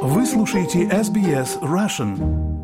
Вы слушаете SBS Russian.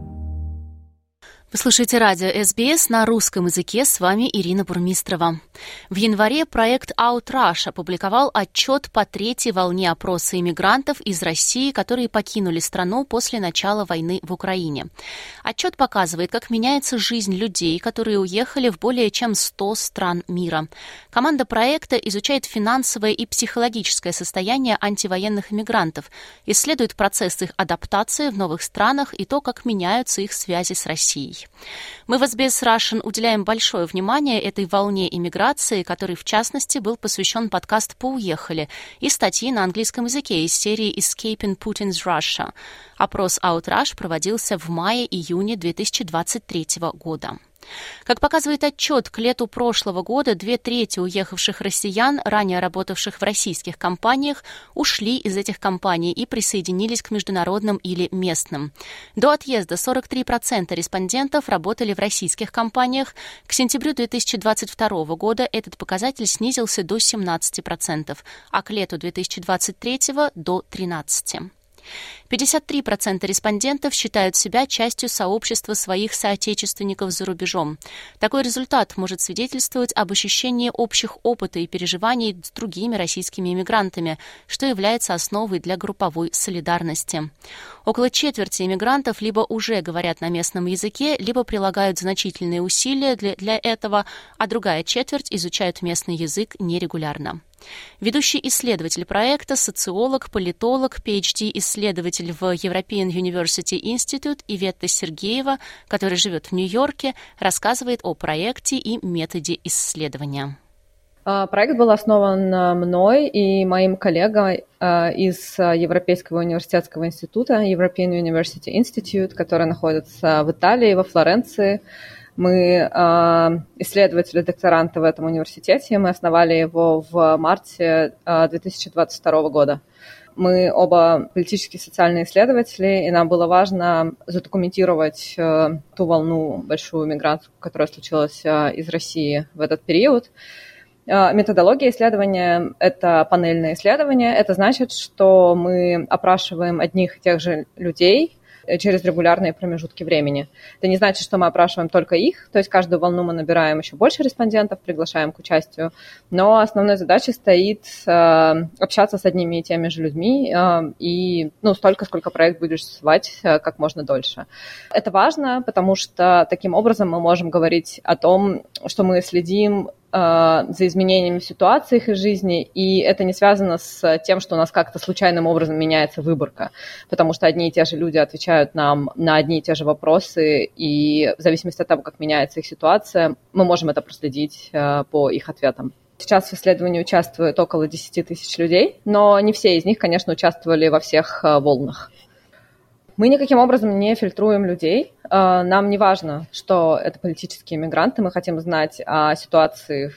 Вы слушаете радио SBS на русском языке, с вами Ирина Бурмистрова. В январе проект OutRush опубликовал отчет по третьей волне опроса иммигрантов из России, которые покинули страну после начала войны в Украине. Отчет показывает, как меняется жизнь людей, которые уехали в более чем 100 стран мира. Команда проекта изучает финансовое и психологическое состояние антивоенных иммигрантов, исследует процесс их адаптации в новых странах и то, как меняются их связи с Россией. Мы в SBS Russian уделяем большое внимание этой волне иммиграции, которой, в частности, был посвящен подкаст «Поуехали» и статьи на английском языке из серии «Escaping Putin's Russia». Опрос OutRush проводился в мае-июне 2023 года. Как показывает отчет, к лету прошлого года 2/3 уехавших россиян, ранее работавших в российских компаниях, ушли из этих компаний и присоединились к международным или местным. До отъезда 43% респондентов работали в российских компаниях. К сентябрю 2022 года этот показатель снизился до 17%, а к лету 2023 до 13%. 53% респондентов считают себя частью сообщества своих соотечественников за рубежом. Такой результат может свидетельствовать об ощущении общих опыта и переживаний с другими российскими иммигрантами, что является основой для групповой солидарности. Около четверти иммигрантов либо уже говорят на местном языке, либо прилагают значительные усилия для этого, а другая четверть изучают местный язык нерегулярно. Ведущий исследователь проекта, социолог, политолог, PhD-исследователь в European University Institute Иветта Сергеева, который живет в Нью-Йорке, рассказывает о проекте и методе исследования. Проект был основан мной и моим коллегой из Европейского университетского института European University Institute, который находится в Италии, во Флоренции. Мы исследователи-докторанты в этом университете, мы основали его в марте 2022 года. Мы оба политические и социальные исследователи, и нам было важно задокументировать ту волну большую миграцию, которая случилась из России в этот период. Методология исследования – это панельное исследование. Это значит, что мы опрашиваем одних и тех же людей через регулярные промежутки времени. Это не значит, что мы опрашиваем только их, то есть каждую волну мы набираем еще больше респондентов, приглашаем к участию, но основной задачей стоит общаться с одними и теми же людьми и столько, сколько проект будет существовать, как можно дольше. Это важно, потому что таким образом мы можем говорить о том, что мы следим за изменениями ситуации их жизни, и это не связано с тем, что у нас как-то случайным образом меняется выборка, потому что одни и те же люди отвечают нам на одни и те же вопросы, и в зависимости от того, как меняется их ситуация, мы можем это проследить по их ответам. Сейчас в исследовании участвует около 10 тысяч людей, но не все из них, конечно, участвовали во всех волнах. Мы никаким образом не фильтруем людей. Нам не важно, что это политические мигранты. Мы хотим знать о ситуации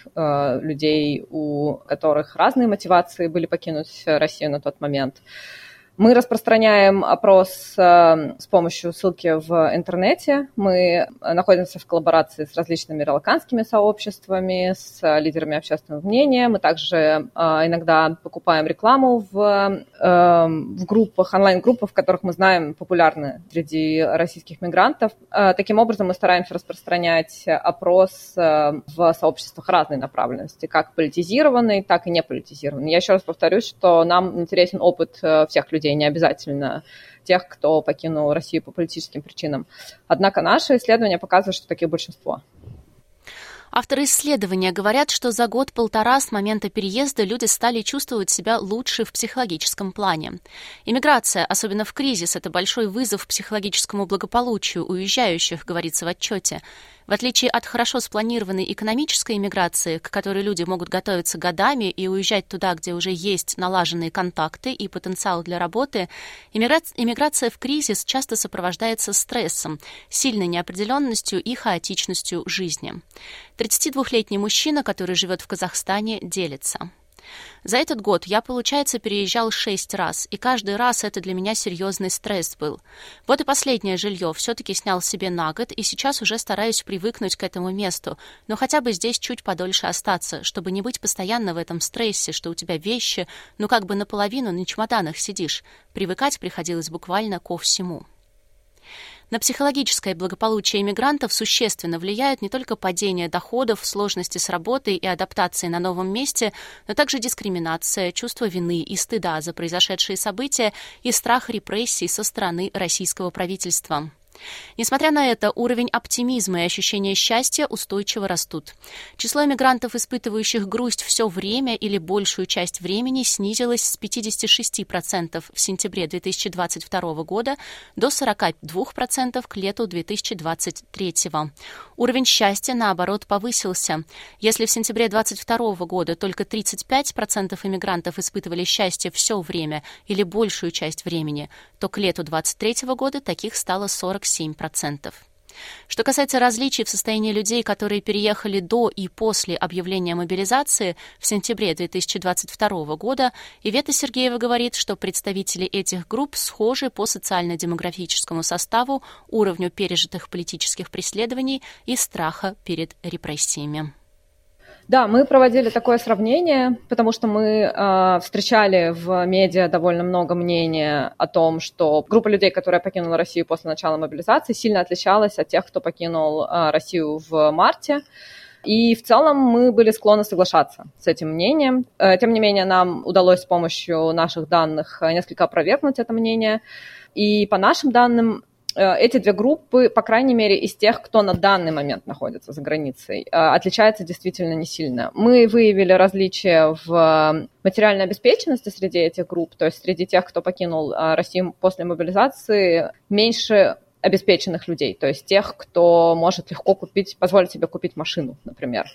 людей, у которых разные мотивации были покинуть Россию на тот момент. Мы распространяем опрос с помощью ссылки в интернете. Мы находимся в коллаборации с различными релокантскими сообществами, с лидерами общественного мнения. Мы также иногда покупаем рекламу в группах, онлайн-группах, в которых мы знаем популярны среди российских мигрантов. Таким образом, мы стараемся распространять опрос в сообществах разной направленности, как политизированный, так и неполитизированный. Я еще раз повторюсь, что нам интересен опыт всех людей, не обязательно тех, кто покинул Россию по политическим причинам. Однако наше исследование показывает, что таких большинство. Авторы исследования говорят, что за год-полтора с момента переезда люди стали чувствовать себя лучше в психологическом плане. Иммиграция, особенно в кризис, это большой вызов психологическому благополучию уезжающих, говорится в отчете. В отличие от хорошо спланированной экономической иммиграции, к которой люди могут готовиться годами и уезжать туда, где уже есть налаженные контакты и потенциал для работы, иммиграция в кризис часто сопровождается стрессом, сильной неопределенностью и хаотичностью жизни. 32-летний мужчина, который живет в Казахстане, делится. За этот год я, получается, переезжал 6 раз, и каждый раз это для меня серьезный стресс был. Вот и последнее жилье все-таки снял себе на год, и сейчас уже стараюсь привыкнуть к этому месту, но хотя бы здесь чуть подольше остаться, чтобы не быть постоянно в этом стрессе, что у тебя вещи, как бы наполовину на чемоданах сидишь. Привыкать приходилось буквально ко всему. На психологическое благополучие иммигрантов существенно влияют не только падение доходов, сложности с работой и адаптацией на новом месте, но также дискриминация, чувство вины и стыда за произошедшие события и страх репрессий со стороны российского правительства. Несмотря на это, уровень оптимизма и ощущение счастья устойчиво растут. Число иммигрантов, испытывающих грусть все время или большую часть времени, снизилось с 56% в сентябре 2022 года до 42% к лету 2023. Уровень счастья, наоборот, повысился. Если в сентябре 2022 года только 35% иммигрантов испытывали счастье все время или большую часть времени, то к лету 2023 года таких стало 47%. Что касается различий в состоянии людей, которые переехали до и после объявления мобилизации в сентябре 2022 года, Ивета Сергеева говорит, что представители этих групп схожи по социально-демографическому составу, уровню пережитых политических преследований и страха перед репрессиями. Да, мы проводили такое сравнение, потому что мы встречали в медиа довольно много мнений о том, что группа людей, которая покинула Россию после начала мобилизации, сильно отличалась от тех, кто покинул Россию в марте. И в целом мы были склонны соглашаться с этим мнением. Тем не менее, нам удалось с помощью наших данных несколько опровергнуть это мнение. И по нашим данным, эти две группы, по крайней мере, из тех, кто на данный момент находится за границей, отличаются действительно не сильно. Мы выявили различия в материальной обеспеченности среди этих групп, то есть среди тех, кто покинул Россию после мобилизации, меньше обеспеченных людей, то есть тех, кто может легко позволить себе купить машину, например.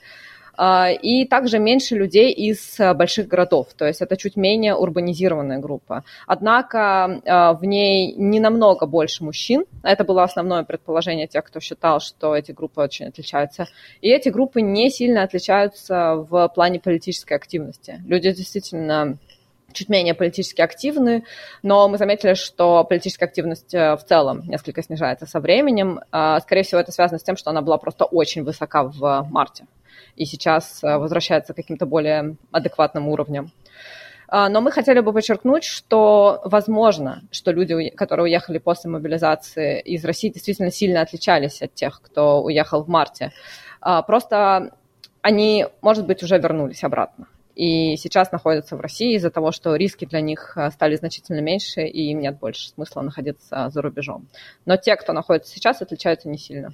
И также меньше людей из больших городов, то есть это чуть менее урбанизированная группа. Однако в ней не намного больше мужчин. Это было основное предположение тех, кто считал, что эти группы очень отличаются. И эти группы не сильно отличаются в плане политической активности. Люди действительно чуть менее политически активны, но мы заметили, что политическая активность в целом несколько снижается со временем. Скорее всего, это связано с тем, что она была просто очень высока в марте и сейчас возвращается к каким-то более адекватным уровням. Но мы хотели бы подчеркнуть, что возможно, что люди, которые уехали после мобилизации из России, действительно сильно отличались от тех, кто уехал в марте. Просто они, может быть, уже вернулись обратно и сейчас находятся в России из-за того, что риски для них стали значительно меньше, и им нет больше смысла находиться за рубежом. Но те, кто находится сейчас, отличаются не сильно.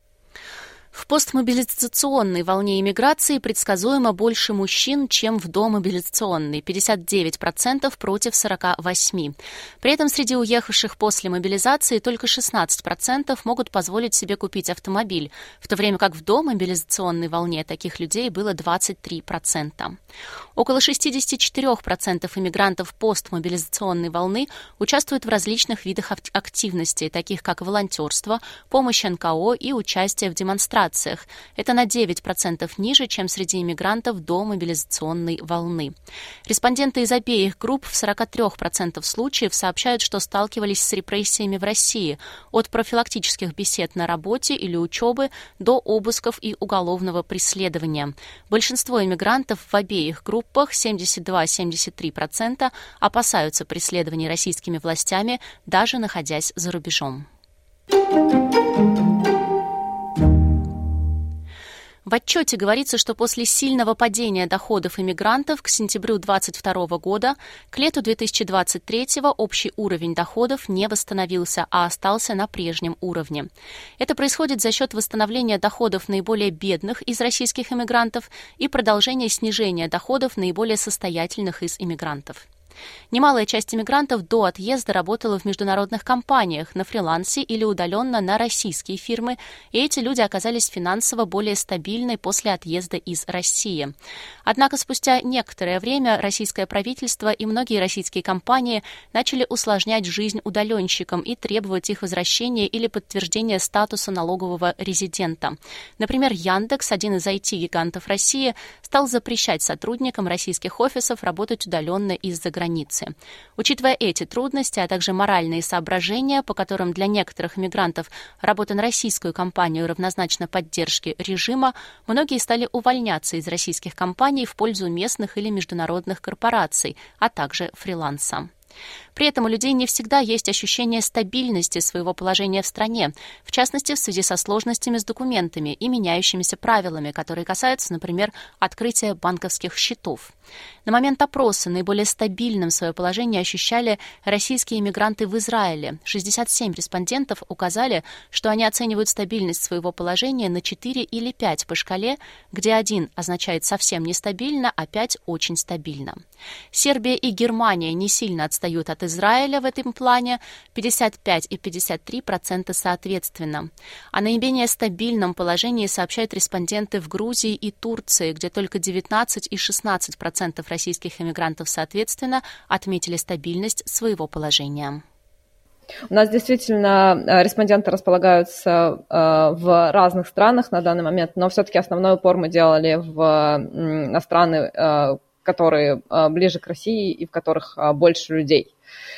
В постмобилизационной волне иммиграции предсказуемо больше мужчин, чем в домобилизационной – 59% против 48%. При этом среди уехавших после мобилизации только 16% могут позволить себе купить автомобиль, в то время как в домобилизационной волне таких людей было 23%. Около 64% иммигрантов постмобилизационной волны участвуют в различных видах активностей, таких как волонтерство, помощь НКО и участие в демонстрациях. Это на 9% ниже, чем среди иммигрантов до мобилизационной волны. Респонденты из обеих групп в 43% случаев сообщают, что сталкивались с репрессиями в России, от профилактических бесед на работе или учебы до обысков и уголовного преследования. Большинство иммигрантов в обеих группах, 72-73%, опасаются преследований российскими властями, даже находясь за рубежом. В отчете говорится, что после сильного падения доходов иммигрантов к сентябрю 2022 года к лету 2023 общий уровень доходов не восстановился, а остался на прежнем уровне. Это происходит за счет восстановления доходов наиболее бедных из российских иммигрантов и продолжения снижения доходов наиболее состоятельных из иммигрантов. Немалая часть иммигрантов до отъезда работала в международных компаниях, на фрилансе или удаленно на российские фирмы, и эти люди оказались финансово более стабильны после отъезда из России. Однако спустя некоторое время российское правительство и многие российские компании начали усложнять жизнь удаленщикам и требовать их возвращения или подтверждения статуса налогового резидента. Например, Яндекс, один из IT-гигантов России, стал запрещать сотрудникам российских офисов работать удаленно из-за границы. Учитывая эти трудности, а также моральные соображения, по которым для некоторых мигрантов работа на российскую компанию равнозначна поддержке режима, многие стали увольняться из российских компаний в пользу местных или международных корпораций, а также фриланса. При этом у людей не всегда есть ощущение стабильности своего положения в стране, в частности, в связи со сложностями с документами и меняющимися правилами, которые касаются, например, открытия банковских счетов. На момент опроса наиболее стабильным свое положение ощущали российские иммигранты в Израиле. 67 респондентов указали, что они оценивают стабильность своего положения на 4 или 5 по шкале, где 1 означает совсем нестабильно, а 5 очень стабильно. Сербия и Германия не сильно отстают от Израиля в этом плане, 55 и 53% соответственно. О наименее стабильном положении сообщают респонденты в Грузии и Турции, где только 19 и 16% российских иммигрантов соответственно отметили стабильность своего положения. У нас действительно респонденты располагаются в разных странах на данный момент, но все-таки основной упор мы делали на страны, которые ближе к России и в которых больше людей.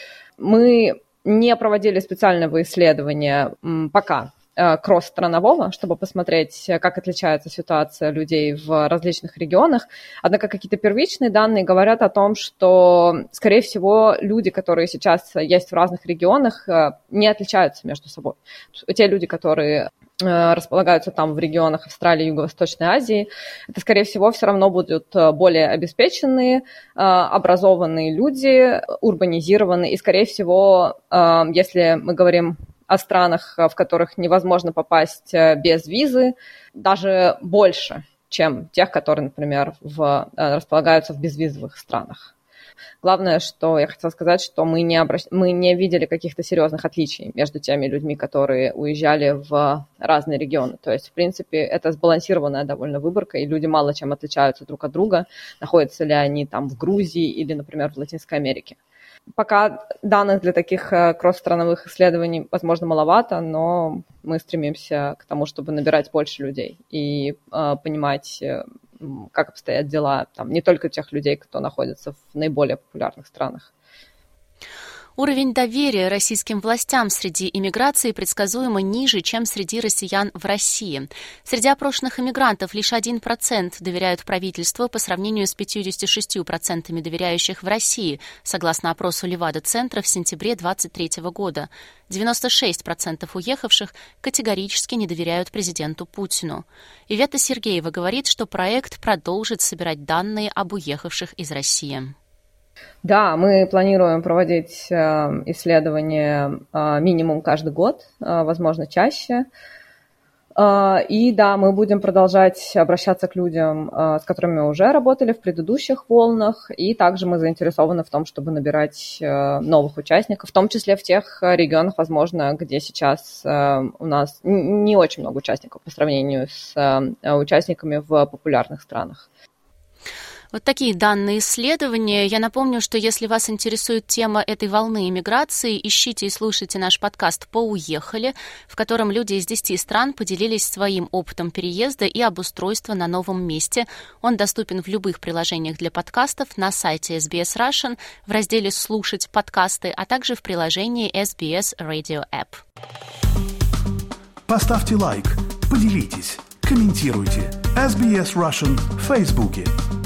Мы не проводили специального исследования пока кросс-странового, чтобы посмотреть, как отличается ситуация людей в различных регионах. Однако какие-то первичные данные говорят о том, что, скорее всего, люди, которые сейчас есть в разных регионах, не отличаются между собой. Те люди, которые располагаются там в регионах Австралии и Юго-Восточной Азии, это, скорее всего, все равно будут более обеспеченные, образованные люди, урбанизированные. И, скорее всего, если мы говорим о странах, в которых невозможно попасть без визы, даже больше, чем тех, которые, например, располагаются в безвизовых странах. Главное, что я хотела сказать, что мы не видели каких-то серьезных отличий между теми людьми, которые уезжали в разные регионы. То есть, в принципе, это сбалансированная довольно выборка, и люди мало чем отличаются друг от друга, находятся ли они там в Грузии или, например, в Латинской Америке. Пока данных для таких кросс-страновых исследований, возможно, маловато, но мы стремимся к тому, чтобы набирать больше людей и понимать, как обстоят дела там, не только тех людей, кто находится в наиболее популярных странах. Уровень доверия российским властям среди иммиграции предсказуемо ниже, чем среди россиян в России. Среди опрошенных иммигрантов лишь 1% доверяют правительству по сравнению с 56% доверяющих в России, согласно опросу Левада-центра в сентябре 2023 года. 96% уехавших категорически не доверяют президенту Путину. Ивета Сергеева говорит, что проект продолжит собирать данные об уехавших из России. Да, мы планируем проводить исследования минимум каждый год, возможно, чаще. И да, мы будем продолжать обращаться к людям, с которыми мы уже работали в предыдущих волнах, и также мы заинтересованы в том, чтобы набирать новых участников, в том числе в тех регионах, возможно, где сейчас у нас не очень много участников по сравнению с участниками в популярных странах. Вот такие данные исследования. Я напомню, что если вас интересует тема этой волны иммиграции, ищите и слушайте наш подкаст «Поуехали», в котором люди из 10 стран поделились своим опытом переезда и обустройства на новом месте. Он доступен в любых приложениях для подкастов, на сайте SBS Russian, в разделе «Слушать подкасты», а также в приложении SBS Radio App. Поставьте лайк, поделитесь, комментируйте. SBS Russian в Фейсбуке.